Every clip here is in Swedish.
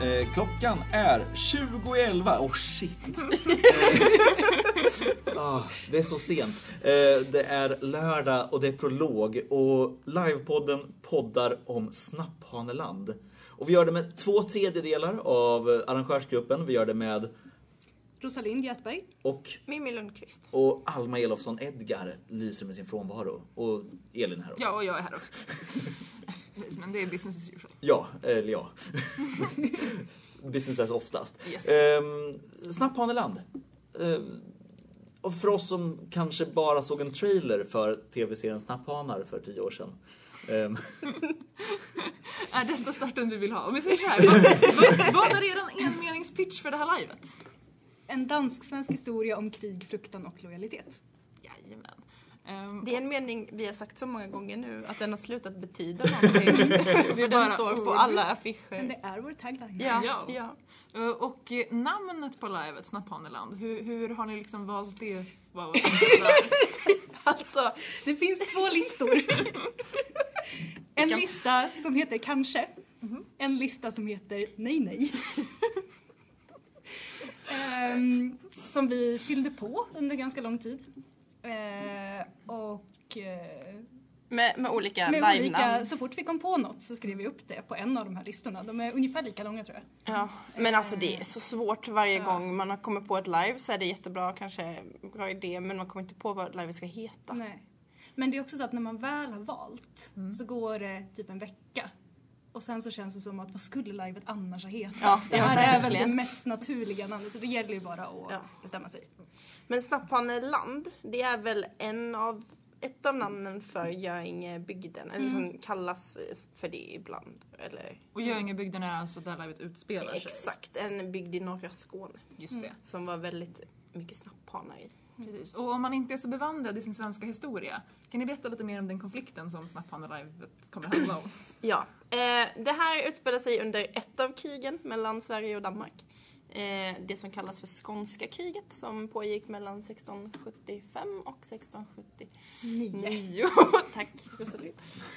Klockan är 20:11. Oh shit. Det är så sent. Det är lördag och det är prolog. Och livepodden poddar om Snapphaneland. Och vi gör det med 2/3 av arrangörsgruppen. Vi gör det med Rosalind Göthberg och Mimmi Lundqvist. Och Alma Elofsson Edgar lyser med sin frånvaro. Och Elin här också. Ja, och jag är här också. Men det är business as usual. Ja, eller ja. Business as oftast. Yes. Snapphaneland. Och för oss som kanske bara såg en trailer för tv-serien Snapphanar för 10 år sedan. Är detta starten du vill ha? Om vi säger så här, vad är er enmeningspitch för det här livet? En dansk-svensk historia om krig, fruktan och lojalitet. Jajamän. Det är en mening vi har sagt så många gånger nu att den har slutat betyda någonting. För den står på alla affischer. Men det är vår tagline. Ja. Och namnet på livet, Snapphaneland, hur har ni liksom valt det? Alltså, det finns 2 listor. En lista som heter kanske. En lista som heter nej. Som vi fyllde på under ganska lång tid. med olika live-namn. Så fort vi kom på något så skrev vi upp det på en av de här listorna. De är ungefär lika långa, tror jag. Ja, men alltså det är så svårt varje gång man har kommit på ett live, så är det jättebra, kanske bra idé, men man kommer inte på vad live ska heta. Nej. Men det är också så att när man väl har valt så går det typ en vecka. Och sen så känns det som att vad skulle livet annars ha hetat? Ja, det här är väl verkligen det mest naturliga namnet, så det gäller ju bara att bestämma sig. Men Snapphaneland, det är väl ett av namnen för Göingebygden, eller som kallas för det ibland. Eller... Och Göingebygden är alltså där livet utspelar sig? Exakt, en bygd i norra Skåne. Just det. Som var väldigt mycket snapphanar i. Precis. Och om man inte är så bevandrad i sin svenska historia, kan ni berätta lite mer om den konflikten som Snapphanelivet kommer att handla om? Ja, det här utspelar sig under ett av krigen mellan Sverige och Danmark. Det som kallas för Skånska kriget, som pågick mellan 1675 och 1679. Tack, Rosalind.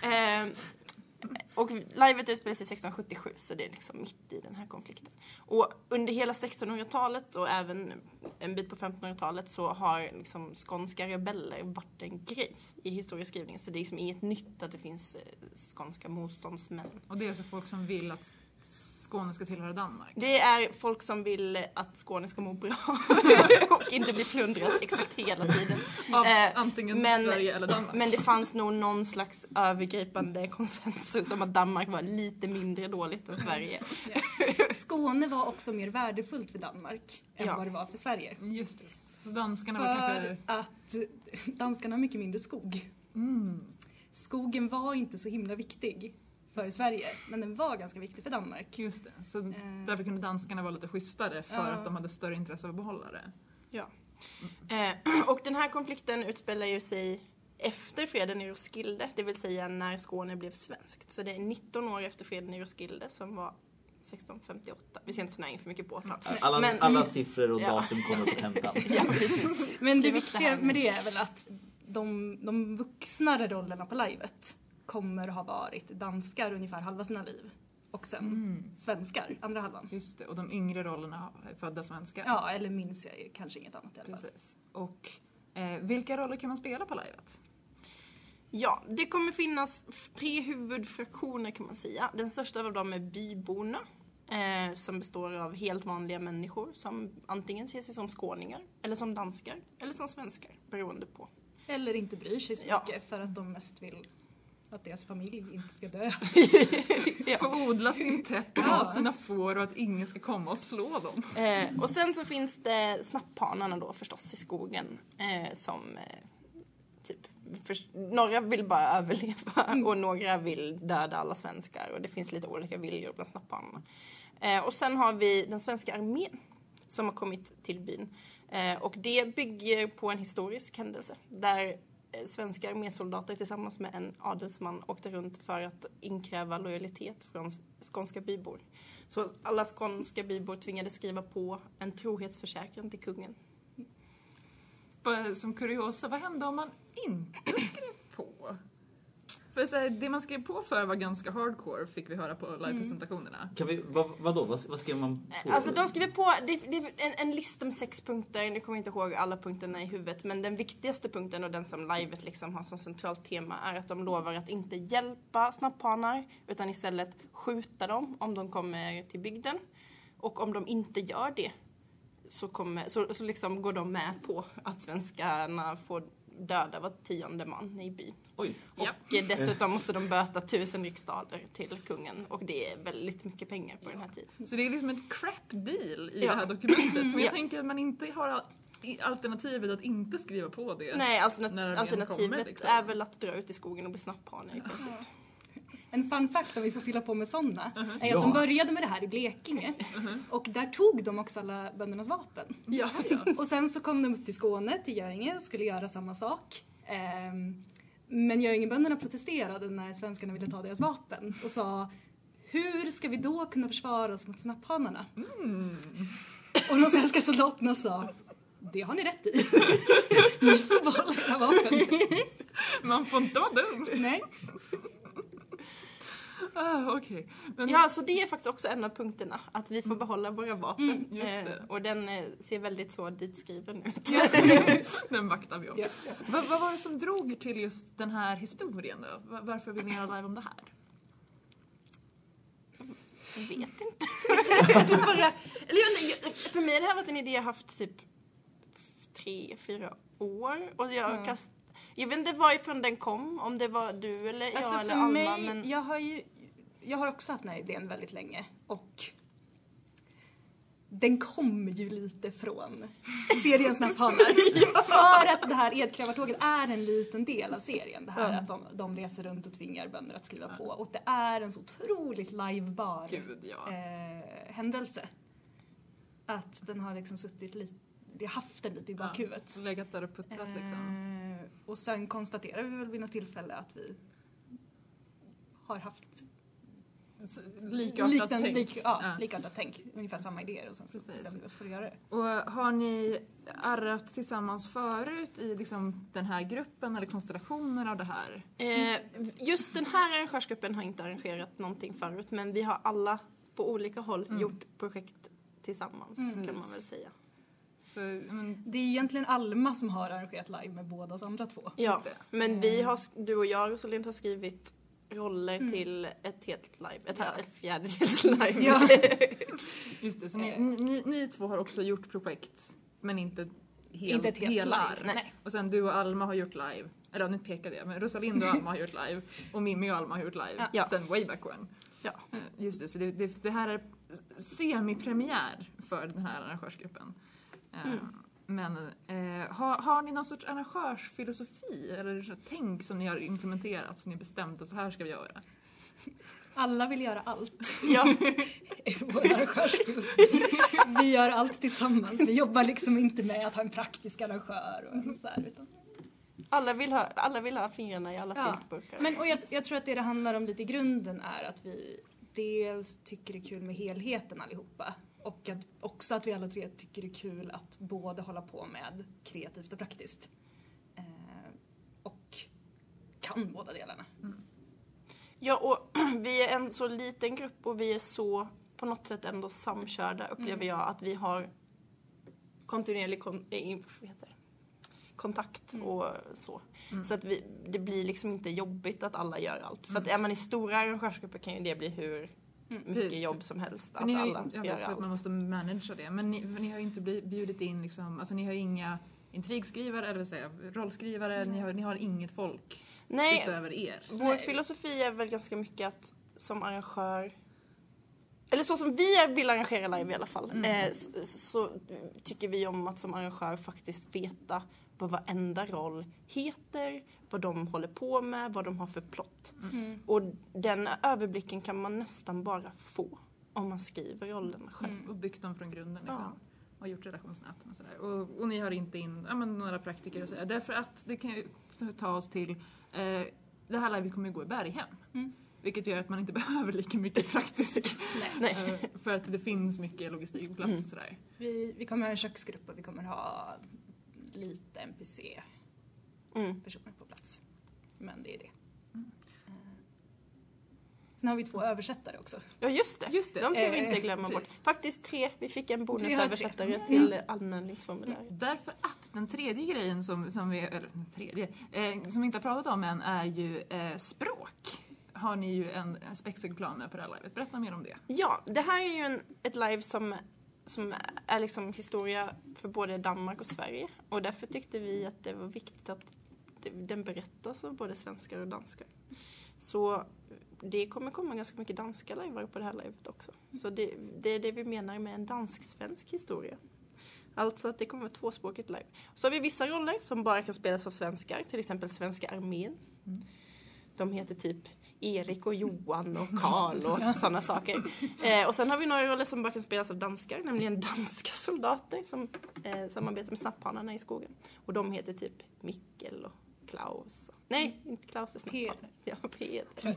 Och livet utspelar sig 1677, så det är liksom mitt i den här konflikten. Och under hela 1600-talet och även en bit på 1500-talet så har liksom skånska rebeller varit en grej i historieskrivningen. Så det är liksom inget nytt att det finns skånska motståndsmän. Och det är alltså folk som vill att Skåne ska tillhöra Danmark? Det är folk som vill att Skåne ska må bra och inte bli plundrat exakt hela tiden. Av antingen Sverige eller Danmark. Men det fanns nog någon slags övergripande konsensus om att Danmark var lite mindre dåligt än Sverige. Ja. Skåne var också mer värdefullt för Danmark än vad det var för Sverige. Just det. Så danskarna för var kanske... att danskarna har mycket mindre skog. Skogen var inte så himla viktig för Sverige, men den var ganska viktig för Danmark. Just det, så därför kunde danskarna vara lite schysstare för att de hade större intresse av att behålla det. Ja. Och den här konflikten utspelar ju sig efter freden i Roskilde, det vill säga när Skåne blev svenskt. Så det är 19 år efter freden i Roskilde som var 1658. Vi ska inte snöa in för mycket på årtal. Alla siffror och datum kommer på tentan. Ja, precis. Men det viktiga med det är väl att de vuxnare rollerna på livet kommer ha varit danskar ungefär halva sina liv. Och sen svenskar, andra halvan. Just det, och de yngre rollerna är födda svenskar. Ja, eller minns jag kanske inget annat i alla fall. Precis. Och vilka roller kan man spela på livet? Ja, det kommer finnas 3 huvudfraktioner kan man säga. Den största av dem är byborna. Som består av helt vanliga människor som antingen ser sig som skåningar, eller som danskar, eller som svenskar, beroende på. Eller inte bryr sig så mycket för att de mest vill att deras familj inte ska dö. Få odla sin täpp och ha sina får och att ingen ska komma och slå dem. Och sen så finns det snapphanarna då förstås i skogen som typ några vill bara överleva och några vill döda alla svenskar, och det finns lite olika viljor bland snapphanarna. Och sen har vi den svenska armén som har kommit till byn. Och det bygger på en historisk händelse där svenska armésoldater tillsammans med en adelsman åkte runt för att inkräva lojalitet från skånska bybor. Så alla skånska bybor tvingades skriva på en trohetsförsäkran till kungen. Som kuriosa, vad hände om man inte skrev på? För så här, det man skrev på för var ganska hardcore, fick vi höra på live-presentationerna. Kan vi, vadå? Vad skrev man på? Alltså de skriver på det är en lista med 6 punkter. Nu kommer jag inte ihåg alla punkterna i huvudet, men den viktigaste punkten och den som livet liksom har som centralt tema är att de lovar att inte hjälpa snapphanar utan istället skjuta dem om de kommer till bygden. Och om de inte gör det så liksom går de med på att svenskarna får döda var 10:e man i byn. Oj. Och dessutom måste de böta 1000 riksdaler till kungen. Och det är väldigt mycket pengar på den här tiden. Så det är liksom ett crap deal i det här dokumentet. Men jag Ja. tänker att man inte har alternativet att inte skriva på det. Nej, när den alternativet kommer, liksom. är väl att dra ut i skogen och bli snapphane i princip. En fun fact om vi får fylla på med sådana är Ja. att de började med det här i Blekinge och där tog de också alla böndernas vapen. Ja. Och sen så kom de upp till Skåne, till Göinge och skulle göra samma sak. Men Göingebönderna protesterade när svenskarna ville ta deras vapen och sa: hur ska vi då kunna försvara oss mot snapphanarna? Och de svenska soldaterna sa: det har ni rätt i. Ni får behålla era vapen. Man får inte vara dum. Nej. Okej. Men Ja, så det är faktiskt också en av punkterna. Att vi får behålla våra vapen. just det. Och den ser väldigt så ditskriven ut. den vaktar vi om. Ja. Vad var det som drog er till just den här historien då? Varför vill ni göra live om det här? Jag vet inte. Det bara, för mig har det här varit en idé jag haft typ 3-4 år. Och jag vet inte varifrån den kom. Om det var du eller jag Alltså eller för Alma. mig, Men... jag har också haft den här idén väldigt länge och den kommer ju lite från serien Snapphanar. För att det här Edkrävartåget är en liten del av serien. Det här att de reser runt och tvingar bönder att skriva på. Och det är en så otroligt livebar händelse. Att den har liksom suttit lite, vi har haft den lite i bakhuvudet. Så legat där och puttrat liksom. Och sen konstaterar vi väl vid något tillfälle att vi har haft likartat tänk. Ungefär samma idéer och sen så bestämde vi oss för att göra det. Och har ni arrat tillsammans förut i liksom den här gruppen eller konstellationen av det här? Just den här arrangörsgruppen har inte arrangerat någonting förut. Men vi har alla på olika håll gjort projekt tillsammans kan man väl säga. Så, men, Det är egentligen Alma som har arrangerat live med båda oss andra två. Ja, men du och jag, Rosalind, har skrivit roller till ett helt live. Ett fjärdedels live. Ja. just det, så ni två har också gjort projekt, men inte Inte ett helt hela. live. Nej. Och sen du och Alma har gjort live. Eller nu pekade jag, men Rosalind och Alma har gjort live. Och Mimmi och Alma har gjort live. Ja. Sen way back when. Ja. Just det, så det här är semipremiär för den här arrangörsgruppen. Men har ni någon sorts arrangörsfilosofi eller tänk som ni har implementerat, som ni bestämt att så här ska vi göra? Alla vill göra allt. Ja. Vår arrangörsfilosofi. Vi gör allt tillsammans. Vi jobbar liksom inte med att ha en praktisk arrangör och så här, utan... Alla vill ha fingrarna i alla syltburkar. Men och jag tror att det handlar om lite i grunden är att vi dels tycker det är kul med helheten allihopa. Och också att vi alla tre tycker det är kul att både hålla på med kreativt och praktiskt. Och kan båda delarna. Ja, och vi är en så liten grupp och vi är så på något sätt ändå samkörda, upplever jag, att vi har kontinuerlig kontakt och så. Så att det blir liksom inte jobbigt att alla gör allt. För att är man i stora arrangörsgrupper kan ju det bli hur mycket jobb som helst. Att alla ska göra för allt. att man måste managera det. Men ni har ju inte bjudit in liksom, alltså ni har inga intrigskrivare eller vad säger jag, rollskrivare, ni har inget folk utöver er. Vår filosofi är väl ganska mycket att som arrangör, eller så som vi vill arrangera live i alla fall, så tycker vi om att som arrangör faktiskt veta vad varenda roll heter, vad de håller på med, vad de har för plott. Och den överblicken kan man nästan bara få om man skriver rollerna själv. Och byggt dem från grunden liksom. Och gjort relationsnäten och sådär. Och ni har inte in några praktiker och sådär. Därför att det kan ju ta oss till det här live kommer ju gå i Berghem. Vilket gör att man inte behöver lika mycket praktisk. Nej. För att det finns mycket logistik på plats och sådär. Vi kommer ha en köksgrupp och vi kommer ha lite NPC-personer på plats. Men det är det. Sen har vi 2 översättare också. Ja, just det. De ska vi inte glömma bort. Faktiskt 3. Vi fick en bonusöversättare till anmälningsformuläret. Därför att den tredje grejen som vi inte har pratat om än är ju språk. Har ni ju en spexigplan med på det här livet. Berätta mer om det. Ja, det här är ju ett live som är liksom historia för både Danmark och Sverige. Och därför tyckte vi att det var viktigt att den berättas av både svenskar och danskar. Så det kommer komma ganska mycket danska livear på det här livet också. Så det är det vi menar med en dansk-svensk historia. Alltså att det kommer vara 2-språkigt live. Så har vi vissa roller som bara kan spelas av svenskar. Till exempel svenska armén. De heter typ Erik och Johan och Karl och sådana saker. Och sen har vi några roller som bara kan spelas av danskar. Nämligen danska soldater som samarbetar med snapphanarna i skogen. Och de heter typ Mikkel och Klaus. Nej, inte Klaus är snapphanen. Ja, Peder.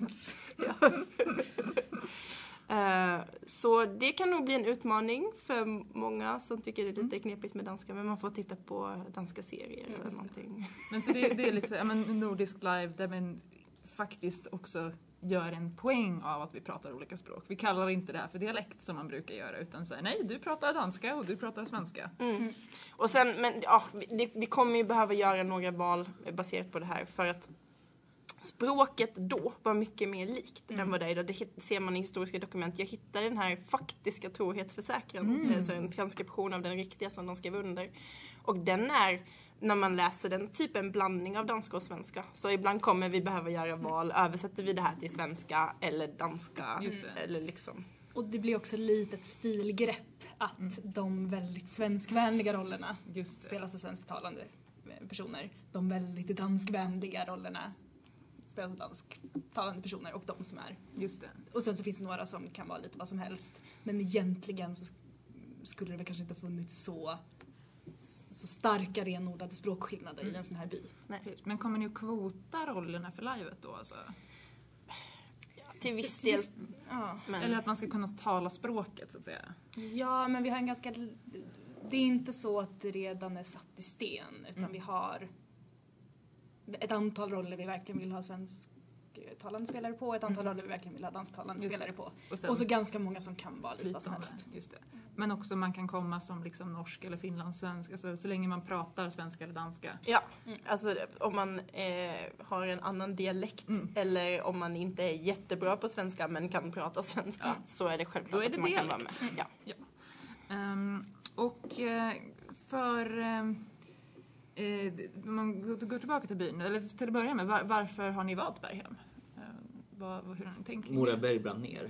Ja. Så det kan nog bli en utmaning för många som tycker det är lite knepigt med danska. Men man får titta på danska serier eller någonting. Men så det är lite nordisk live där man faktiskt också gör en poäng av att vi pratar olika språk. Vi kallar inte det här för dialekt som man brukar göra, utan säger nej, du pratar danska och du pratar svenska. Och sen, men ja, vi kommer ju behöva göra några val baserat på det här, för att språket då var mycket mer likt än vad det är idag. Det ser man i historiska dokument. Jag hittade den här faktiska trohetsförsäkran, alltså en transkription av den riktiga som de skrev under. Och den är, när man läser den, typ en blandning av danska och svenska. Så ibland kommer vi behöva göra val. Översätter vi det här till svenska eller danska? Eller liksom. Och det blir också lite ett stilgrepp att de väldigt svenskvänliga rollerna spelas av svensktalande personer. De väldigt danskvänliga rollerna spelas av dansktalande personer och de som är. Just det. Och sen så finns det några som kan vara lite vad som helst. Men egentligen så skulle det väl kanske inte ha funnits så starka renodlade språkskillnader i en sån här by. Nej. Men kommer ni att kvota rollerna för livet då? Alltså? Till viss del. Ja. Eller att man ska kunna tala språket så att säga. Ja, men vi har en ganska... Det är inte så att det redan är satt i sten. Utan vi har ett antal roller vi verkligen vill ha svensktalande spelare på. Ett antal roller vi verkligen vill ha dansktalande spelare på. Och så ganska många som kan vara lite vad som helst. Just det. Men också man kan komma som liksom norsk eller finlandssvensk. Alltså, så länge man pratar svenska eller danska. Ja, alltså om man har en annan dialekt eller om man inte är jättebra på svenska men kan prata svenska, så är det självklart att man kan vara med. Ja. Man går tillbaka till byn, eller till att börja med, varför har ni valt Berghem? Hur har ni tänkt? Mora berg brann ner.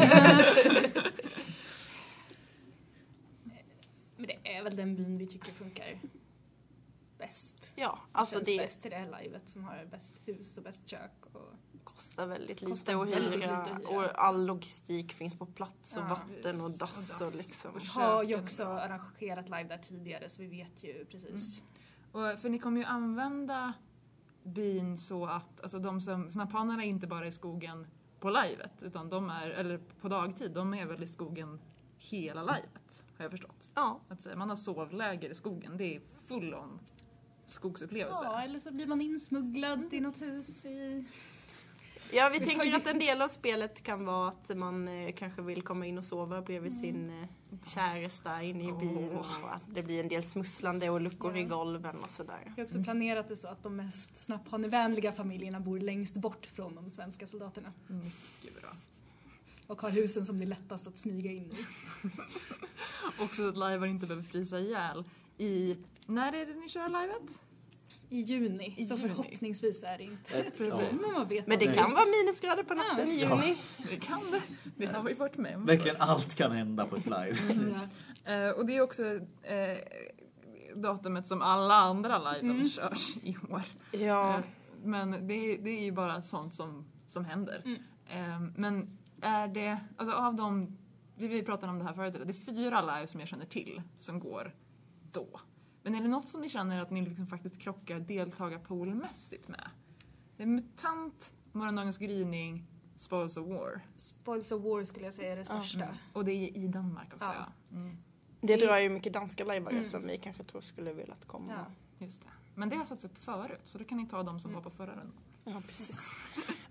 Men det är väl den byn vi tycker funkar bäst. Ja, alltså det bäst till det här livet, som har bäst hus och bäst kök och kostar väldigt lite att hyra. Och all logistik finns på plats och vatten och dass och liksom. Vi har ju också arrangerat live där tidigare, så vi vet ju precis. Och för ni kommer ju använda byn så att alltså de som snapphanarna inte bara är i skogen på livet, utan de är, eller på dagtid, de är väl i skogen hela livet, har jag förstått. Ja. Att säga, man har sovläger i skogen, det är full on skogsupplevelse. Ja, eller så blir man insmugglad i något hus i... Ja, vi tänker att en del av spelet kan vara att man kanske vill komma in och sova bredvid sin käresta inne i byn. Och att det blir en del smusslande och luckor i golven och sådär. Jag har också planerat det så att de mest snapphanevänliga familjerna bor längst bort från de svenska soldaterna. Mycket bra. Och har husen som det är lättast att smyga in i. Också att livear inte behöver frysa ihjäl. När är det ni kör livet? I juni, så förhoppningsvis är det inte. Precis. Men det kan vara minusgrader på natten i juni. Det kan det. Det har vi varit med om. Verkligen allt kan hända på ett live. Och det är också datumet som alla andra liven körs i år. Ja. Men det är ju bara sånt som händer. Men är det, alltså av de, vi pratade om det här förut, det är 4 live som jag känner till som går då. Men är det något som ni känner att ni liksom faktiskt krockar deltagarpoolmässigt med? Det är Mutant, Morgondagens gryning, Spoils of War. Spoils of War skulle jag säga är det största. Och det är i Danmark också. Ja. Det drar ju mycket danska liveare som vi kanske tror skulle vilja komma. Just det. Men det har satts upp förut, så då kan ni ta de som var på förra rundan. Ja, precis.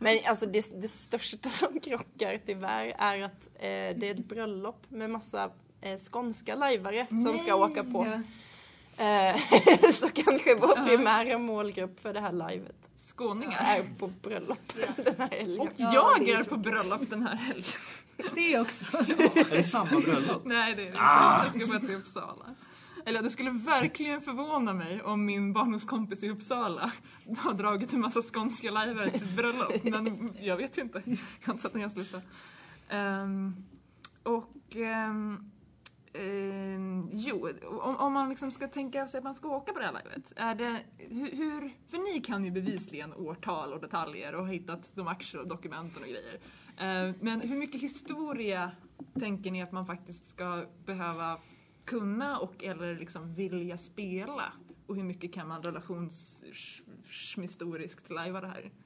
Men alltså det största som krockar tyvärr är att det är ett bröllop med massa skånska lajvare som ska åka på. Så kanske vår primära målgrupp för det här livet Skåningar är på bröllop den här helgen. Och jag är på bröllop den här helgen. Det också. Är det samma bröllop? Nej, det är det. Jag ska bara till Uppsala. Eller det skulle verkligen förvåna mig om min barndomskompis i Uppsala har dragit en massa skånska lajvare till sitt bröllop. Men jag vet ju inte. Jag har inte sett en gästlista. Jo, om man liksom ska tänka sig att man ska åka på det här livet, är det, hur, för ni kan ju bevisligen årtal och detaljer och har hittat de aktier och dokumenten och grejer. Men hur mycket historia tänker ni att man faktiskt ska behöva kunna och eller liksom vilja spela? Och hur mycket kan man relationshistoriskt lajva det här?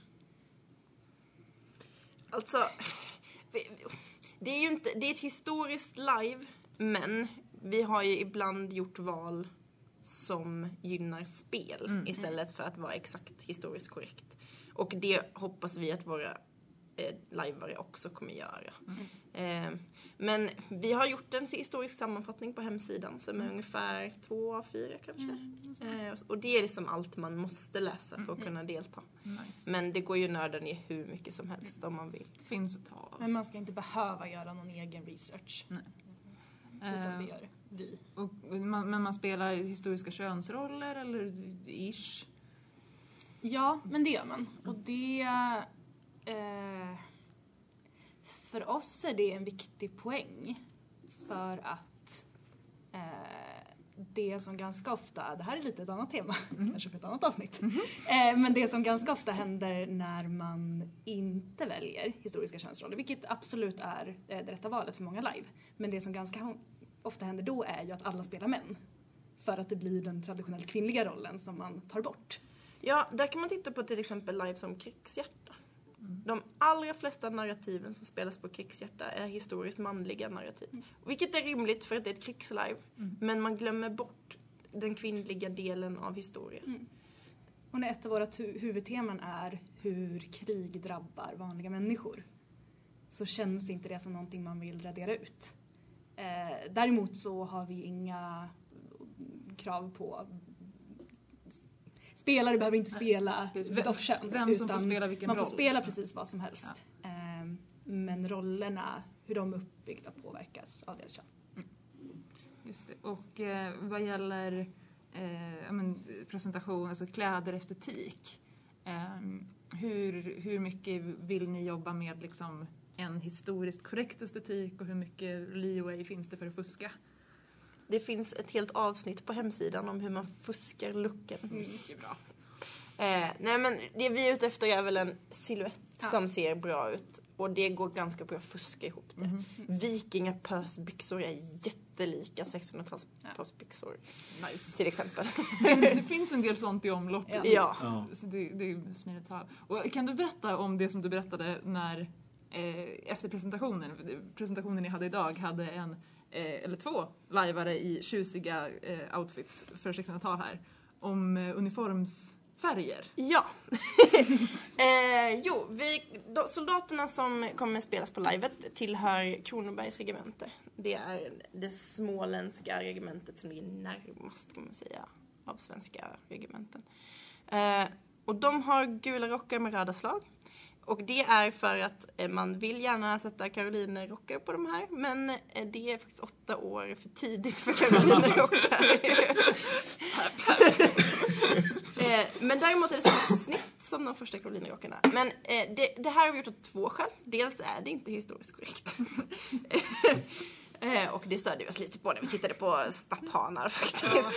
Alltså, det är ju inte, det är ett historiskt live, men vi har ju ibland gjort val som gynnar spel istället för att vara exakt historiskt korrekt. Och det hoppas vi att våra lajvare också kommer göra. Men vi har gjort en historisk sammanfattning på hemsidan som är ungefär 2-4 kanske. Och det är liksom allt man måste läsa för att kunna delta. Nice. Men det går ju nörden i hur mycket som helst om man vill. Finns att ta. Men man ska inte behöva göra någon egen research. Nej. Utan det gör vi. Men man spelar historiska könsroller eller ish? Ja, men det gör man. Och det... för oss är det en viktig poäng. För att det som ganska ofta... Det här är lite ett annat tema, kanske för ett annat avsnitt. Men det som ganska ofta händer när man inte väljer historiska könsroller, vilket absolut är det rätta valet för många live. Men det som ganska ofta händer då är ju att alla spelar män. För att det blir den traditionellt kvinnliga rollen som man tar bort. Ja, där kan man titta på till exempel live som Krigshjärta. De allra flesta narrativen som spelas på Krigshjärta är historiskt manliga narrativ. Vilket är rimligt för att det är ett krigslive. Men man glömmer bort den kvinnliga delen av historien. Och när ett av våra huvudteman är hur krig drabbar vanliga människor, så känns inte det som någonting man vill radera ut. Däremot så har vi inga krav på... Spelare behöver inte spela sitt off-kön. Vem som får spela vilken roll. Man får spela precis vad som helst. Ja. Men rollerna, hur de är uppbyggda, påverkas av deras kön. Just det. Och vad gäller presentation, alltså kläder, estetik. Hur mycket vill ni jobba med liksom en historiskt korrekt estetik och hur mycket leeway finns det för att fuska? Det finns ett helt avsnitt på hemsidan om hur man fuskar looken. Mycket bra. Nej, men det vi är ute efter är väl en silhuett som ser bra ut. Och det går ganska bra att fuska ihop det. Vikingapösbyxor är jättelika 1600-talspösbyxor. Nice. Till exempel. Det finns en del sånt i omlopp. Ja. Så det är smidigt att ha. Och kan du berätta om det som du berättade när efter presentationen ni hade idag hade en eller 2 lajvare i tjusiga outfits för 1600-tal här om uniformsfärger. Ja. Soldaterna som kommer spelas på livet tillhör Kronobergs regemente. Det är det småländska regementet som ligger närmast, kan man säga, av svenska regementen. Och de har gula rockar med röda slag. Och det är för att man vill gärna sätta karolinerrockar på de här. Men det är faktiskt 8 år för tidigt för karolinerrockar. Men däremot är det samma snitt som de första karolinerrockarna. Men det här har vi gjort av 2 skäl. Dels är det inte historiskt korrekt. Och det stödde vi oss lite på när vi tittade på snapphanar faktiskt.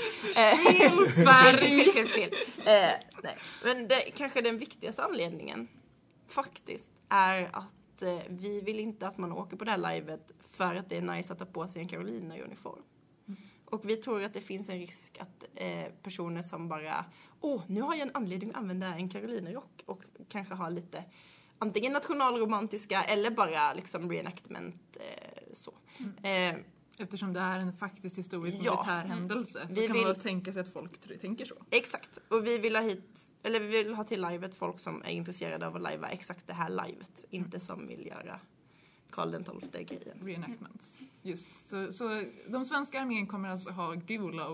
Fel. Nej. Men kanske den viktigaste anledningen faktiskt är att vi vill inte att man åker på det här livet för att det är nice att ta på sig en karolineruniform. Och vi tror att det finns en risk att personer som bara nu har jag en anledning att använda en karolinerrock och kanske ha lite antingen nationalromantiska eller bara liksom reenactment så. Eftersom det är en faktiskt historisk militär händelse. Så kan man väl tänka sig att folk tänker så. Exakt. Och vi vill ha till livet folk som är intresserade av att lajva exakt det här livet. Inte som vill göra Karl den 12-grejen. Reenactments. Just. Så de svenska armén kommer alltså ha gula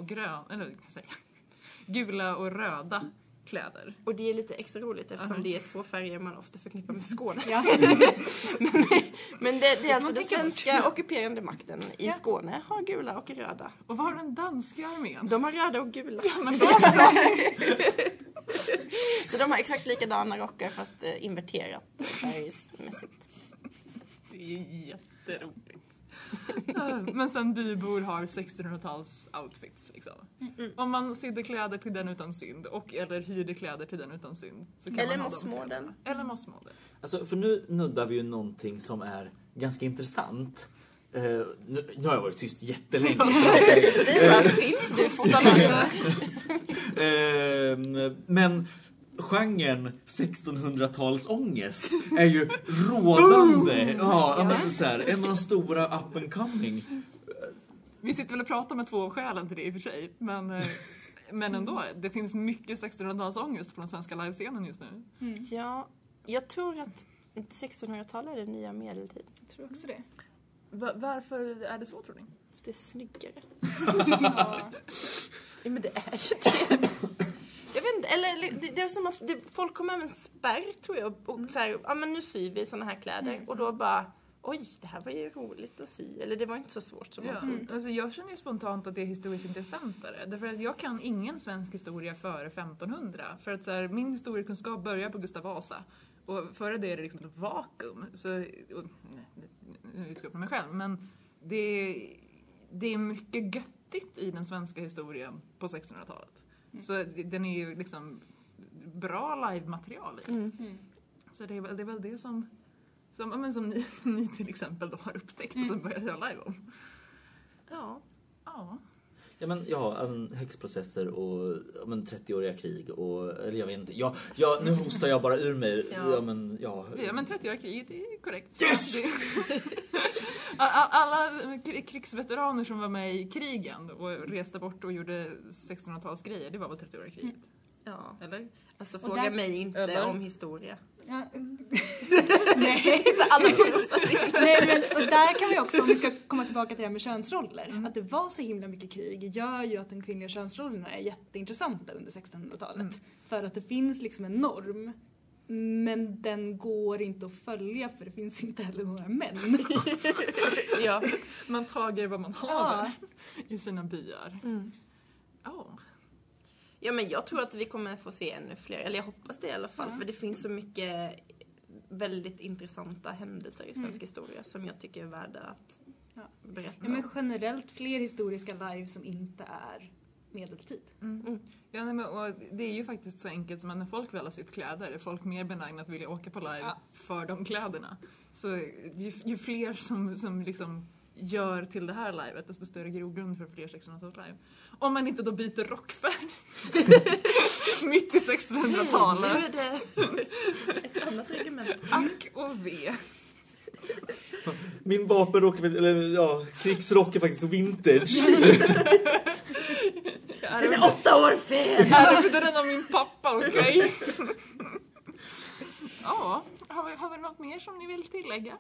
och röda kläder. Och det är lite extra roligt eftersom det är 2 färger man ofta förknippar med Skåne. Ja. men det är alltså den svenska ockuperande makten i Skåne har gula och röda. Och vad har den danska armén? De har röda och gula. Ja, men Så de har exakt likadana rockar fast inverterat färgsmässigt. det är jätteroligt. Men sen bybor har 1600-tals outfits liksom. Om man sydde kläder till den utan synd eller hyrde kläder till den utan synd så kan eller man ha mossmålen. Eller mossmålen. Alltså, för nu nuddar vi ju någonting som är ganska intressant. Nu har jag varit tyst jättelänge. Det finns du fortfarande. Men genren 1600-talsångest är ju rådande. Men så här, en av de stora up and coming. Vi sitter väl och pratar med 2 skälen till det i och för sig. Men ändå, det finns mycket 1600-talsångest på den svenska livescenen just nu. Ja, jag tror att 1600-talet är det nya medeltid. Jag tror också det. Varför är det så, tror ni? Det är snyggare. Ja, men det är ju det. Jag vet inte, eller det är som att folk kommer med en spärr, tror jag. Och så här, men nu syr vi såna här kläder. Och då bara, oj, det här var ju roligt att sy. Eller det var inte så svårt som man trodde. Alltså jag känner ju spontant att det är historiskt intressantare. Därför att jag kan ingen svensk historia före 1500. För att så här, min historiekunskap börjar på Gustav Vasa. Och före det är det liksom ett vakuum. Så, nu utgår jag på mig själv. Men det är mycket göttigt i den svenska historien på 1600-talet. Så den är ju liksom bra live-material i. Så det är väl det som ni till exempel då har upptäckt och som började göra live om. Ja. Ja, men häxprocesser och 30-åriga krig och eller jag vet inte. Nu hostar jag bara ur mig. Men 30-åriga kriget är korrekt. Yes! Alla krigsveteraner som var med i krigen och reste bort och gjorde 1600-talsgrejer, det var väl 30-åriga kriget. Ja. Eller? Alltså fråga mig inte om historia. Ja. Nej. Inte alla Nej, men och där kan vi också, om vi ska komma tillbaka till det här med könsroller, att det var så himla mycket krig gör ju att de kvinnliga könsrollerna är jätteintressanta under 1600-talet. För att det finns liksom en norm, men den går inte att följa för det finns inte heller några män. Ja. Man tager vad man har i sina byar. Ja, men jag tror att vi kommer få se ännu fler, eller jag hoppas det i alla fall, för det finns så mycket väldigt intressanta händelser i svensk historia som jag tycker är värda att berätta om. Ja, men generellt fler historiska live som inte är medeltid. Ja, men, och det är ju faktiskt så enkelt som att när folk väl har sytt kläder är folk mer benägna att vilja åka på live för de kläderna. Så ju fler som liksom gör till det här livet, desto större grogrund för fler 1600-tals live. Om man inte då byter rockfärg mitt i 1600-talet. Nu är det ett annat regiment. Ack och ve. Min vapenrock, krigsrock är faktiskt vintage. Den är 8 år fel! Jag ärvde den av min pappa, okej? Ja, har vi något mer som ni vill tillägga?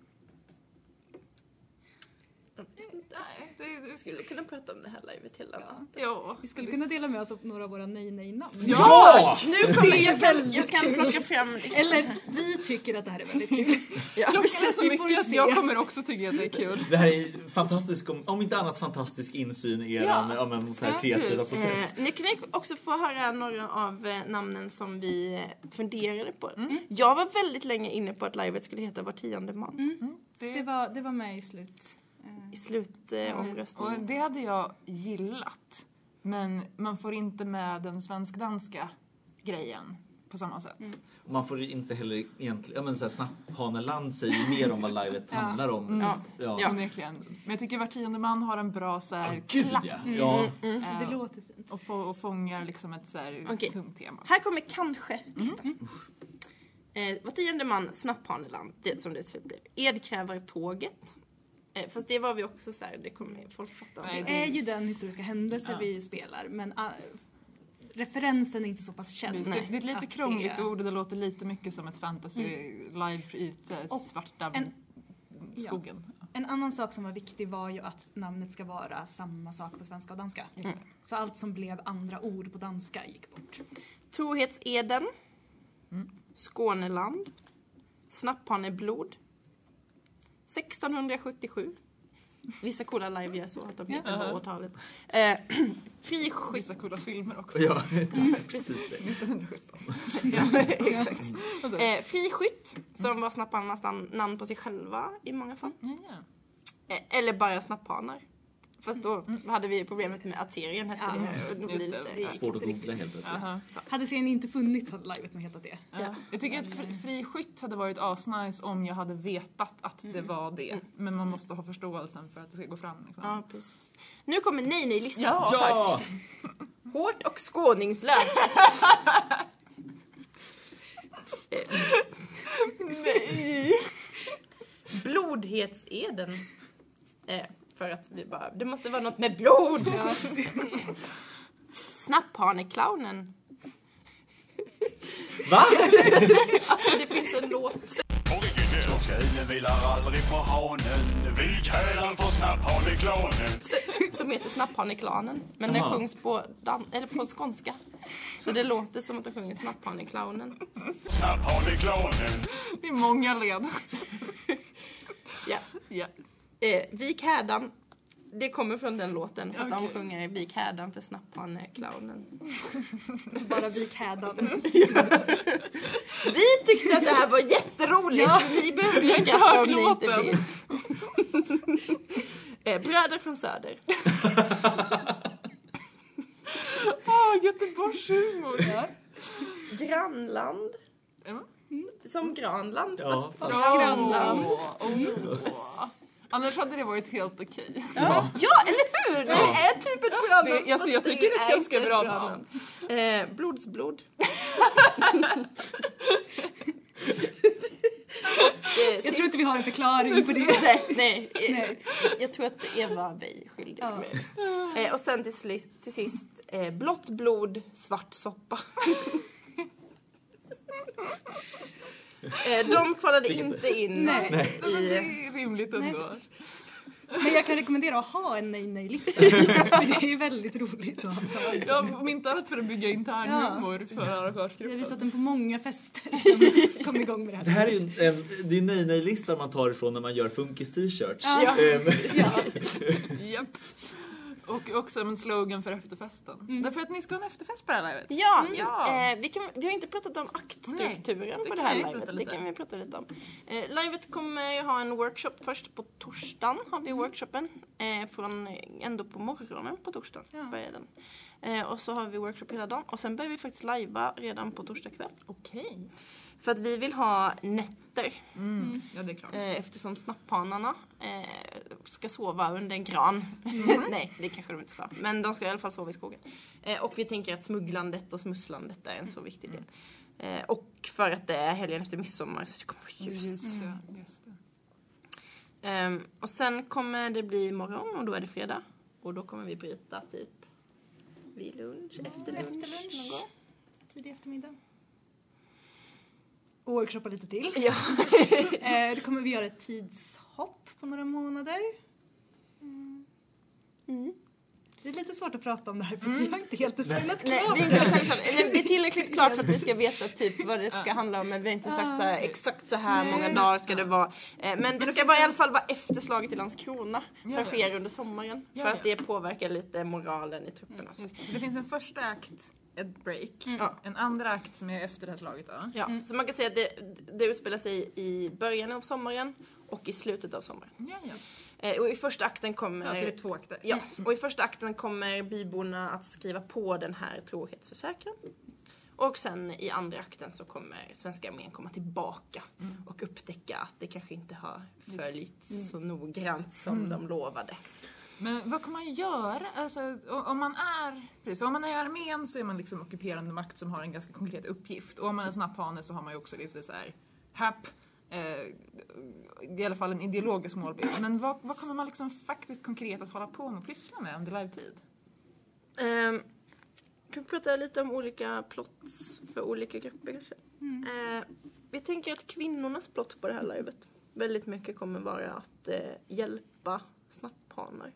Nej, vi skulle kunna prata om det här livet hela natten. Ja. Vi skulle kunna dela med oss av några av våra nej-nej-namn. Ja! Nu kommer jag kan plocka fram listan. Eller vi tycker att det här är väldigt kul. Klockan är så mycket att jag kommer också tycka att det är kul. Det här är fantastisk, om inte annat fantastisk insyn i er så här kreativa process. Ni kan också få höra några av namnen som vi funderade på. Jag var väldigt länge inne på att livet skulle heta Var 10:e man. Det var med i slutomröstningen. Och det hade jag gillat. Men man får inte med den svensk-danska grejen på samma sätt. Man får inte heller egentligen, Snapphaneland säger mer om vad livet handlar om. Ja, verkligen. Men jag tycker Var 10:e man har en bra så här klapp. Det låter fint. Och fångar liksom ett så här tungt tema. Här kommer kanske listan. Var 10:e man, Snapphaneland, det som det blev. Edkrävartåget, Fast det var vi också så här, det kommer folk fatta. Nej, Det är ju den historiska händelse vi spelar, men referensen är inte så pass känd. Det är ett lite att krångligt det- ord och det låter lite mycket som ett fantasy live ute Och svarta skogen. En annan sak som var viktig var ju att namnet ska vara samma sak på svenska och danska. Så allt som blev andra ord på danska gick bort. Trohetseden. Skåneland. Snapphaneblod. 1677. Vissa coola live gör så att de heter på årtalet. Friskytt. Vissa coola filmer också. Ja, precis det. 1917. Ja, exakt. Friskytt, som var snapphanernas namn på sig själva i många fall. Ja. Eller bara snapphanar. Fast då hade vi problemet med att serien hette det. Och det blir just det. lite, Svårt att googla helt plötsligt. Aha. Hade serien inte funnits hade livet nog hetat det. Ja. Jag tycker att friskytt hade varit asnice om jag hade vetat att det var det. Men man måste ha förståelsen för att det ska gå fram. Liksom. Ja, precis. Nu kommer nej-listan. Ja! Hårt och skåningslöst. Nej! Blodhetseden. För att vi bara, det måste vara något med blod. Snapphaneclownen. Va? Alltså det finns en låt. Skålen vilar aldrig på hanen. Vikhälan får snapphaneklanen. Som heter Snapphaneklanen. Men den sjungs på, på skånska. Så det låter som att de sjunger Snapphaneclownen. Snapphaneklanen. Det är många led. Ja. Ja. Vikhädan. Det kommer från den låten. För att de Okej. sjunger Vikhädan för Snapphaneclownen. Bara vikhädan. Vi tyckte att det här var jätteroligt. Ja. Ni behöver skratta om ni inte vill. Bröder från söder. Göteborgshumor. Grannland. Mm. Som Granland. Ja, fast grannland. Annars hade det varit helt okej. Ja, eller hur? Det är typ ett grannland. Det- alltså, jag fast tycker det är ett ganska inte bra grannland. Blodsblod. Jag tror inte vi har en förklaring på det. Nej. Jag tror att Eva Bey är skyldig med. Och sen till sist blått blod, svart soppa. De kvalade inte in Nej. Men det i... är rimligt ändå. Men jag kan rekommendera att ha en nej-nej-lista. För det är väldigt roligt att ha. Ja, om inte annat för att bygga internhumor för Jag har arrangörsgruppen. visat den på många fester som kom igång med det här. Det här är ju det är nej-nej-listan man tar ifrån när man gör funkis-t-shirts. Ja. Japp. Och också en slogan för efterfesten. Därför att ni ska ha en efterfest på det här livet. Ja, Ja. Vi har inte pratat om aktstrukturen Nej, det på det kan här vi livet. prata Det lite. kan vi prata lite om. Livet kommer ha en workshop först på torsdagen. Har vi workshopen. Från ändå på morgonen på torsdagen börjar den. Och så har vi workshop hela dagen. Och sen börjar vi faktiskt lajva redan på torsdag kväll. Okej. För att vi vill ha nätter. Ja, det är klart. Eftersom snapphanarna ska sova under en gran. Nej, det kanske de inte ska. Men de ska i alla fall sova i skogen. Och vi tänker att smugglandet och smusslandet är en så viktig del. Och för att det är helgen efter midsommar så det kommer vara ljust. Just det. Och sen kommer det bli morgon och då är det fredag. Och då kommer vi bryta typ vid lunch, efter lunch. Någon gång. Tidig eftermiddag. Och workshoppa lite till. Ja. Då kommer vi göra ett tidshopp på några månader. Det är lite svårt att prata om det här för att vi har inte helt designat Nej, klart. det är inte sagt, eller det är tillräckligt klart för att vi ska veta typ vad det ska handla om, men vi har inte sagt så här, exakt så här många dagar ska det vara. Men det ska i alla fall vara efterslaget i Landskrona som sker under sommaren för att det påverkar lite moralen i trupperna. Så det finns en första akt, ett break. Ja. En andra akt som är efter det här slaget då. Ja, så man kan säga att det utspelar sig i början av sommaren och i slutet av sommaren. Ja. Och i första akten kommer... Alltså det är 2 akter. Ja, och i första akten kommer byborna att skriva på den här trohetsförsäkran. Och sen i andra akten så kommer svenska armén komma tillbaka och upptäcka att det kanske inte har följt så noggrant som de lovade. Men vad kan man göra? Alltså, om man är... För om man är i armén så är man liksom ockuperande makt som har en ganska konkret uppgift. Och om man är snapphane så har man ju också lite så här... i alla fall en ideologisk målbild. Men vad kommer man liksom faktiskt konkret att hålla på med och pyssla med under live-tid? Kan vi prata lite om olika plots för olika grupper kanske? Vi tänker att kvinnornas plott på det här livet väldigt mycket kommer vara att hjälpa snapphanar.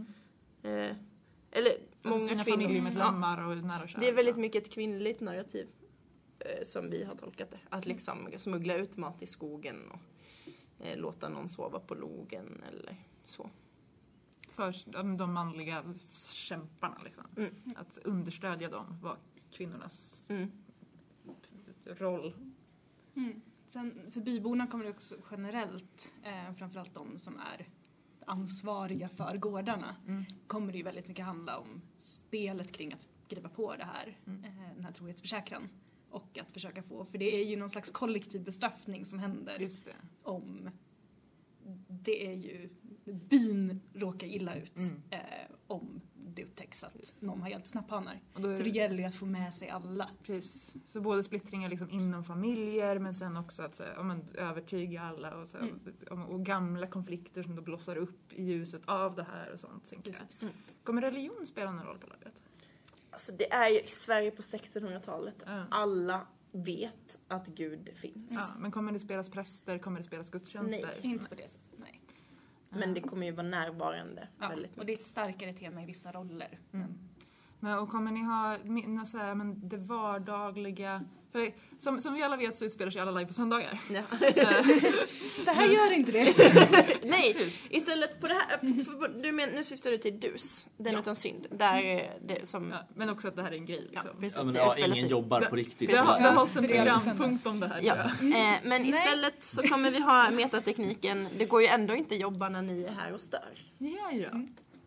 Eller många sina kvinnor. familjemedlemmar och nära och kära. Det är väldigt mycket ett kvinnligt narrativ som vi har tolkat det. Att liksom smuggla ut mat i skogen och låta någon sova på logen eller så. För de manliga kämparna liksom. Att understödja dem var kvinnornas roll. Sen för byborna kommer det också generellt, framförallt de som är ansvariga för gårdarna, kommer det ju väldigt mycket handla om spelet kring att skriva på det här, den här trohetsförsäkran. Och att försöka få, för det är ju någon slags kollektiv bestraffning som händer. Just det. Om det är ju, byn råkar illa ut om det upptäcks att någon har hjälpt snapphanar. Så det gäller ju att få med sig alla. Precis. Så både splittringar liksom inom familjer men sen också att övertyga alla och gamla konflikter som då blossar upp i ljuset av det här och sånt. Kommer religion spela någon roll på laget? Alltså det är ju i Sverige på 1600-talet. Alla vet att Gud finns. Ja, men kommer det spelas präster? Kommer det spelas gudstjänster? Nej, inte på det sättet. Nej. Men det kommer ju vara närvarande väldigt mycket. Och det är ett starkare tema i vissa roller. Men, och kommer ni ha det vardagliga... För, som vi alla vet så utspelar sig alla live på söndagar. Ja. Det här gör inte det. Nej, istället på det här... nu syftar du till Dus, den utan synd. Där det som... men också att det här är en grej. Liksom. Ja, precis, ingen jobbar på riktigt. Det har hållits en programpunkt om det här. Ja. Men istället så kommer vi ha metatekniken. Det går ju ändå inte jobba när ni är här och stör. Ja.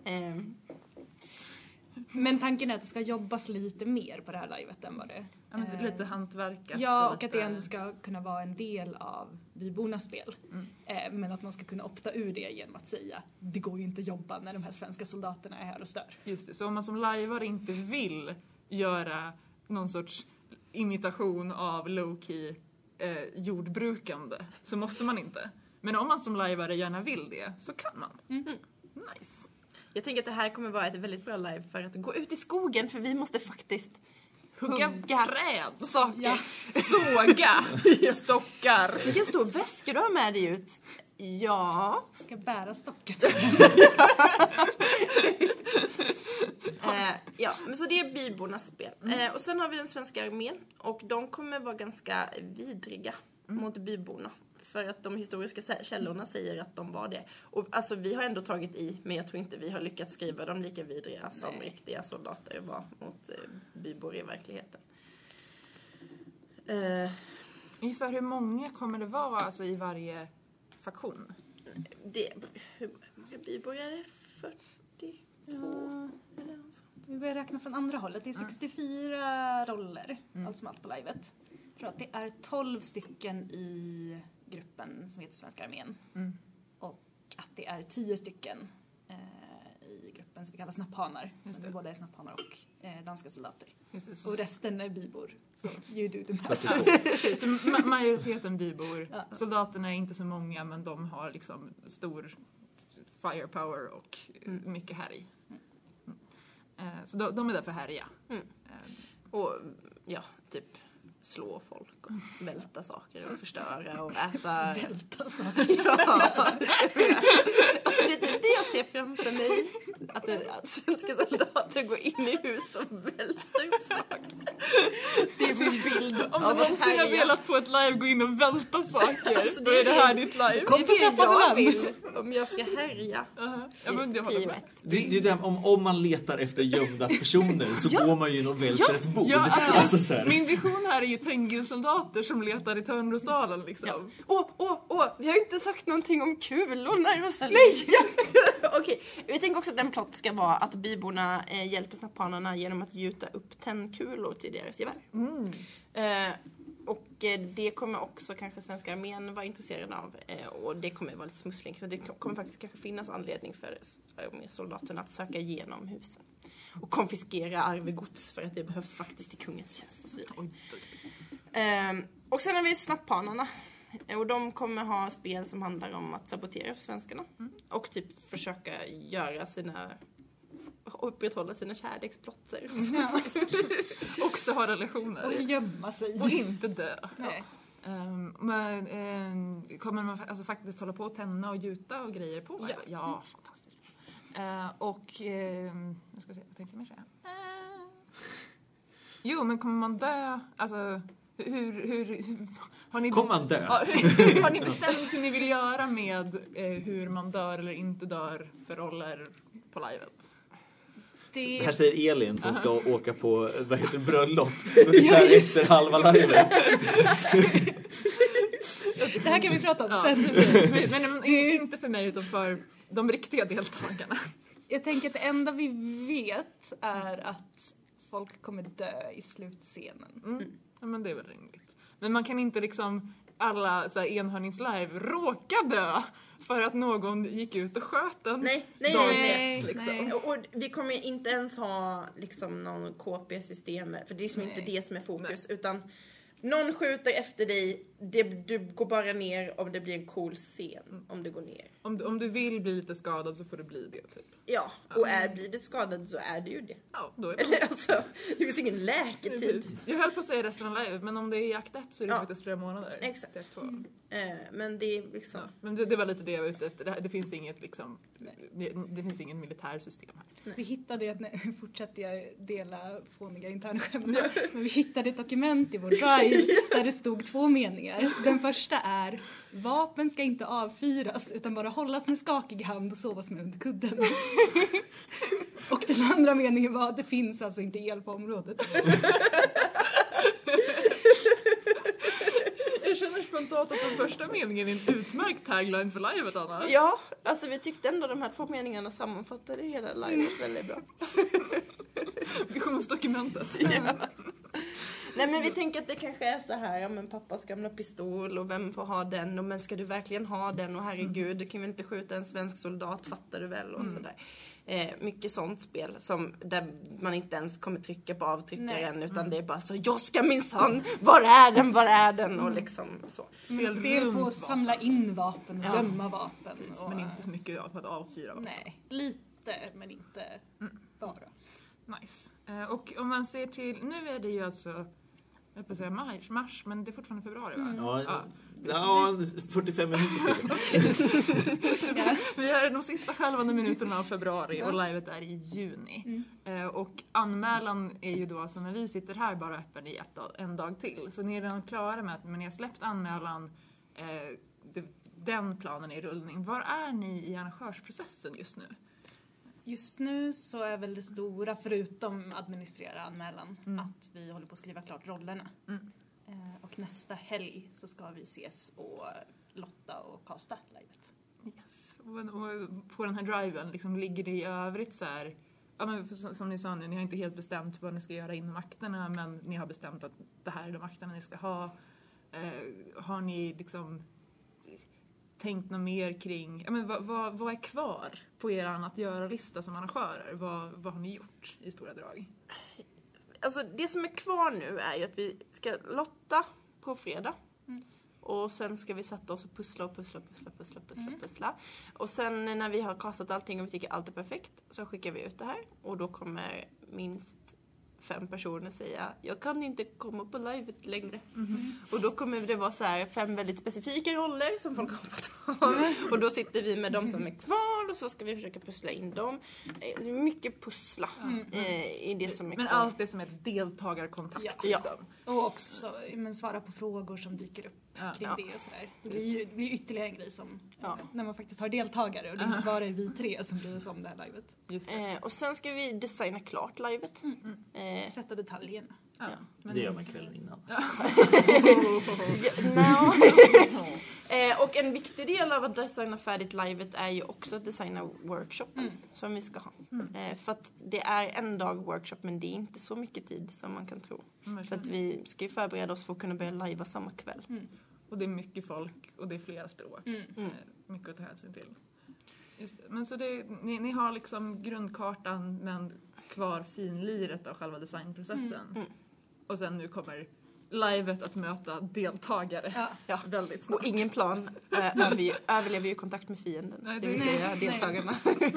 Men tanken är att det ska jobbas lite mer på det här livet än vad det... lite hantverkas. Ja, och att det ändå ska kunna vara en del av bybornas spel. Men att man ska kunna opta ur det genom att säga det går ju inte att jobba när de här svenska soldaterna är här och stör. Just det, så om man som lajvare inte vill göra någon sorts imitation av low-key jordbrukande så måste man inte. Men om man som lajvare gärna vill det så kan man. Nice. Jag tänker att det här kommer vara ett väldigt bra live för att gå ut i skogen, för vi måste faktiskt hugga träd, saker. Såga stockar. Vilken stor väska du har med dig ut. Ja. Ska bära stockar. Ja, men så det är bybornas spel. Och sen har vi den svenska armén. Och de kommer vara ganska vidriga mot byborna. För att de historiska källorna säger att de var det. Och alltså vi har ändå tagit i, men jag tror inte vi har lyckats skriva dem lika vidriga som riktiga soldater var mot bybor i verkligheten. Ungefär hur många kommer det vara alltså, i varje faktion? Hur många bybor är det? 42? Vi börjar räkna från andra hållet. Det är 64 roller, allt som allt på livet. Jag tror att det är 12 stycken i gruppen som heter Svenska armén. Och att det är 10 stycken i gruppen som vi kallar snapphanar. Som det både är snapphanar och danska soldater. Och resten är bybor. Så you do the math. Så majoriteten bybor. Ja. Soldaterna är inte så många, men de har liksom stor firepower och mycket härj. Så de är där för härja. Och ja, typ slå folk och välta saker och förstöra och äta. Välta saker? Ja. Alltså det är typ det jag ser framför mig. Att svenska soldater går in i hus och välter saker. Det är min bild om du någonsin har velat på ett live gå in och välta saker, alltså, då är det här ditt live. Det är det jag vill om jag ska härja. Ja, men det håller med. Det är det, om man letar efter gömda personer så går man ju in och välter ett bord. Ja, alltså, så här. Min vision här är ju Tengelsoldater som letar i Törnrosdalen liksom. Ja. Vi har inte sagt någonting om kulorna. Nej! Okej, vi tänker också att den plott ska vara att byborna hjälper snapphanarna genom att gjuta upp tändkulor till deras gevär. Och det kommer också kanske svenska armén vara intresserad av. Och det kommer vara lite smussling. För det kommer faktiskt kanske finnas anledning för soldaterna att söka igenom husen. Och konfiskera arvegods för att det behövs faktiskt i kungens tjänst och så vidare. Och sen har vi snapphanarna. Och de kommer ha spel som handlar om att sabotera för svenskarna. Och typ försöka upprätthålla sina kärleksplotter. Ja. Också ha relationer. Och gömma sig. Och inte dö. Nej. Kommer man alltså faktiskt hålla på och tända och gjuta och grejer på? Ja, fantastiskt. Nu ska vi se, vad tänkte jag mer säga? Jo, men kommer man dö? Alltså, hur har ni Kommer man dö? Har ni bestämt hur ni vill göra med hur man dör eller inte dör för roller på livet? Här säger Elin som ska åka på bröllop ungefär efter halva livet. Det här kan vi prata om sen. Men inte för mig utan för de riktiga deltagarna. Jag tänker att det enda vi vet är att folk kommer dö i slutscenen. Ja, men det är väl rimligt. Men man kan inte liksom alla så här enhörningslive råka dö för att någon gick ut och sköt den. Nej. Liksom. Och vi kommer inte ens ha liksom någon KP-system, för det är liksom inte det som är fokus, utan någon skjuter efter dig, du går bara ner om det blir en cool scen, om du går ner. Om du vill bli lite skadad så får du bli det typ. Ja, och blir det skadad så är det ju det. Ja, då är det. Eller alltså, det finns ingen läketid. Jag höll på att säga resten av livet, men om det är i akt 1 så är det faktiskt 3 månader. Exakt. Akt 2. Men det är liksom... Ja, men det var lite det jag var ute efter. Det finns inget liksom... Det finns ingen militärsystem här. Vi hittade, fortsätter jag dela fåniga internskämt, men vi hittade ett dokument i vår drive där det stod 2 meningar. Den första är: vapen ska inte avfyras utan bara hållas med skakig hand och sovas med under kudden. Och den andra meningen var: det finns alltså inte el på området. Jag känner spontant att den första meningen är en utmärkt tagline för livet, Anna. Ja, alltså vi tyckte ändå de här 2 meningarna sammanfattade hela livet väldigt bra. Visionsdokumentet. Ja. Nej, men vi tänker att det kanske är så här, ja, men pappas gamla pistol och vem får ha den, och men ska du verkligen ha den, och herregud, du kan väl inte skjuta en svensk soldat, fattar du väl, och sådär. Mycket sånt spel som där man inte ens kommer trycka på avtryckaren, utan det är bara så: jag ska minsann, var är den och liksom så. Spel på att samla in vapen och gömma vapen. Men inte så mycket på att avfyra vapen. Nej, lite, men inte bara. Nice. Och om man ser till, nu är det ju alltså, jag på att säga mars, men det är fortfarande februari, va? Ja, 45 minuter till. Vi är de sista skälvande minuterna av februari och livet är i juni. Och anmälan är ju då, alltså när vi sitter här, bara öppen i en dag till. Så ni är redan klara med att ni har släppt anmälan, den planen är i rullning. Var är ni i arrangörsprocessen just nu? Just nu så är väl det stora, förutom administrera anmälan, att vi håller på att skriva klart rollerna. Och nästa helg så ska vi ses och lotta och kasta livet. Yes. Och på den här driven liksom, ligger det i övrigt så här, ja, men som ni sa nu, ni har inte helt bestämt vad ni ska göra inom akterna, men ni har bestämt att det här är de akterna ni ska ha. Har ni liksom tänkt något mer kring, ja, men vad är kvar på er att göra-lista som arrangörer? Vad har ni gjort i stora drag? Alltså det som är kvar nu är ju att vi ska lotta på fredag. Och sen ska vi sätta oss och pussla. Och sen när vi har kastat allting och vi tycker allt är perfekt, så skickar vi ut det här. Och då kommer minst 5 personer säga: jag kan inte komma på livet längre. Och då kommer det vara så här 5 väldigt specifika roller som folk kommer att ha. Och då sitter vi med de som är kvar och så ska vi försöka pussla in dem. Mycket pussla i det som är kvar. Men allt det som är deltagarkontakt. Liksom. Och också svara på frågor som dyker upp kring det och sådär. Det blir ytterligare en grej som när man faktiskt har deltagare och det inte bara är vi 3 som bryr oss om det här livet. Just det. Och sen ska vi designa klart livet. Sätta detaljerna. Men det gör man kvällen innan. Och en viktig del av att designa färdigt livet är ju också att designa workshopen som vi ska ha. För att det är en dag workshop, men det är inte så mycket tid som man kan tro. För att vi ska ju förbereda oss för att kunna börja lajva samma kväll. Och det är mycket folk och det är flera språk. Mycket att ta hänsyn till. Just det. Men så ni har liksom grundkartan, men kvar finliret av själva designprocessen. Och sen nu kommer livet att möta deltagare. Ja. Väldigt snabbt. Och ingen plan överlever ju kontakt med fienden. Nej, det vill säga deltagarna.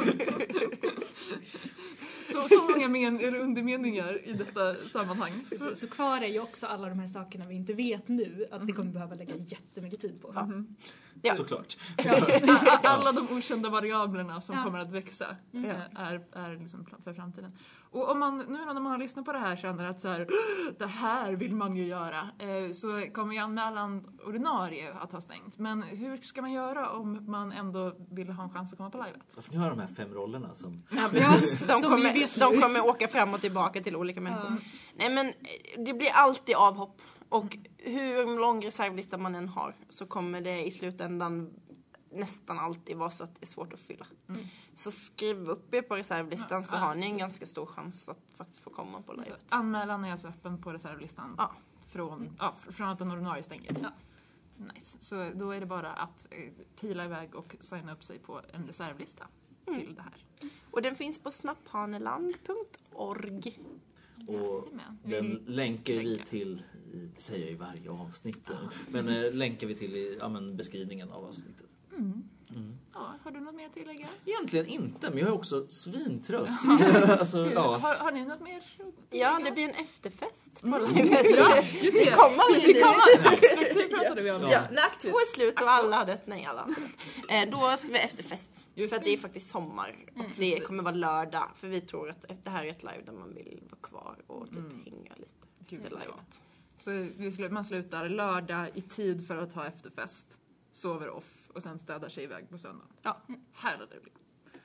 Så många undermeningar i detta sammanhang. Precis, så kvar är ju också alla de här sakerna vi inte vet nu att vi kommer behöva lägga jättemycket tid på. Ja. Såklart. Alla de okända variablerna som kommer att växa är liksom för framtiden. Och om man nu när man har lyssnat på det här känner att så här, det här vill man ju göra, så kommer ju anmälan ordinarie att ha stängt. Men hur ska man göra om man ändå vill ha en chans att komma på livet? Varför har de här 5 rollerna som... Ja, de kommer åka fram och tillbaka till olika människor. Nej, men det blir alltid avhopp. Och hur lång reservlista man än har så kommer det i slutändan nästan alltid vara så att det är svårt att fylla. Så skriv upp er på reservlistan så har ni en ganska stor chans att faktiskt få komma på livet. Anmälan är alltså öppen på reservlistan från att den ordinarie stänger. Nice. Så då är det bara att pila iväg och signa upp sig på en reservlista till det här. Och den finns på snapphaneland.org. Och den länkar vi till, det säger jag i varje avsnitt, men länkar vi till i beskrivningen av avsnittet. Ja, har du något mer att tillägga? Egentligen inte, men jag är också svintrött. Alltså, har ni något mer? Ja, det blir en efterfest på livet. Vi kommer aldrig dit. Struktur pratade vi om. Ja, när akt 2 är slut och alla hade ett nej alla. Då ska vi ha efterfest. För att det är faktiskt sommar. Och det kommer vara lördag. För vi tror att det här är ett live där man vill vara kvar och typ hänga lite efter livet. Så man slutar lördag i tid för att ha efterfest. Sover off och sen städar sig iväg på söndag. Ja. Härligt det blir.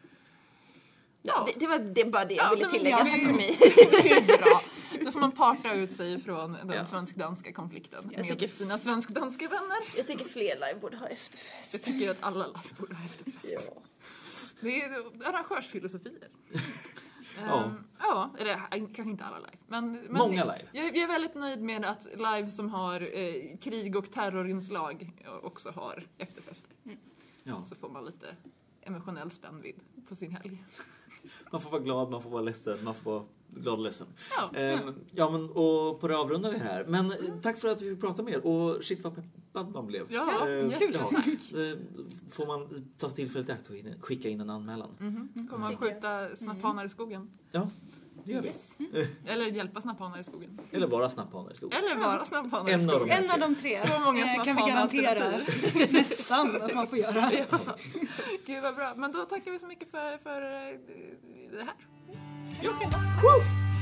Ja, det var bara det jag ville tillägga. Tack för mig. Det är bra. Då får man parta ut sig från den svensk-danska konflikten med sina svensk-danska vänner. Jag tycker fler live borde ha efterfest. Jag tycker att alla live borde ha efterfest. Ja. Det är arrangörsfilosofier. Eller kanske inte alla live. Men många live. Jag är väldigt nöjd med att live som har krig- och terrorinslag också har efterfester. Så får man lite emotionell spännvidd på sin helg. Man får vara glad, man får vara ledsen, man får vara glad och ledsen. Ja. Och på det avrundar vi här. Men tack för att vi fick prata med er. Och shit vad peppad man blev. Kul. Får man ta tillfället i akt och skicka in en anmälan. Kommer man skjuta snapphanar i skogen? Ja, det gör vi. Eller hjälpa snapphanar i skogen. Eller bara snapphanar i skogen. En av de 3 Så många kan vi garantera nästan att man får göra. Gud vad bra. Men då tackar vi så mycket för det här. Ja.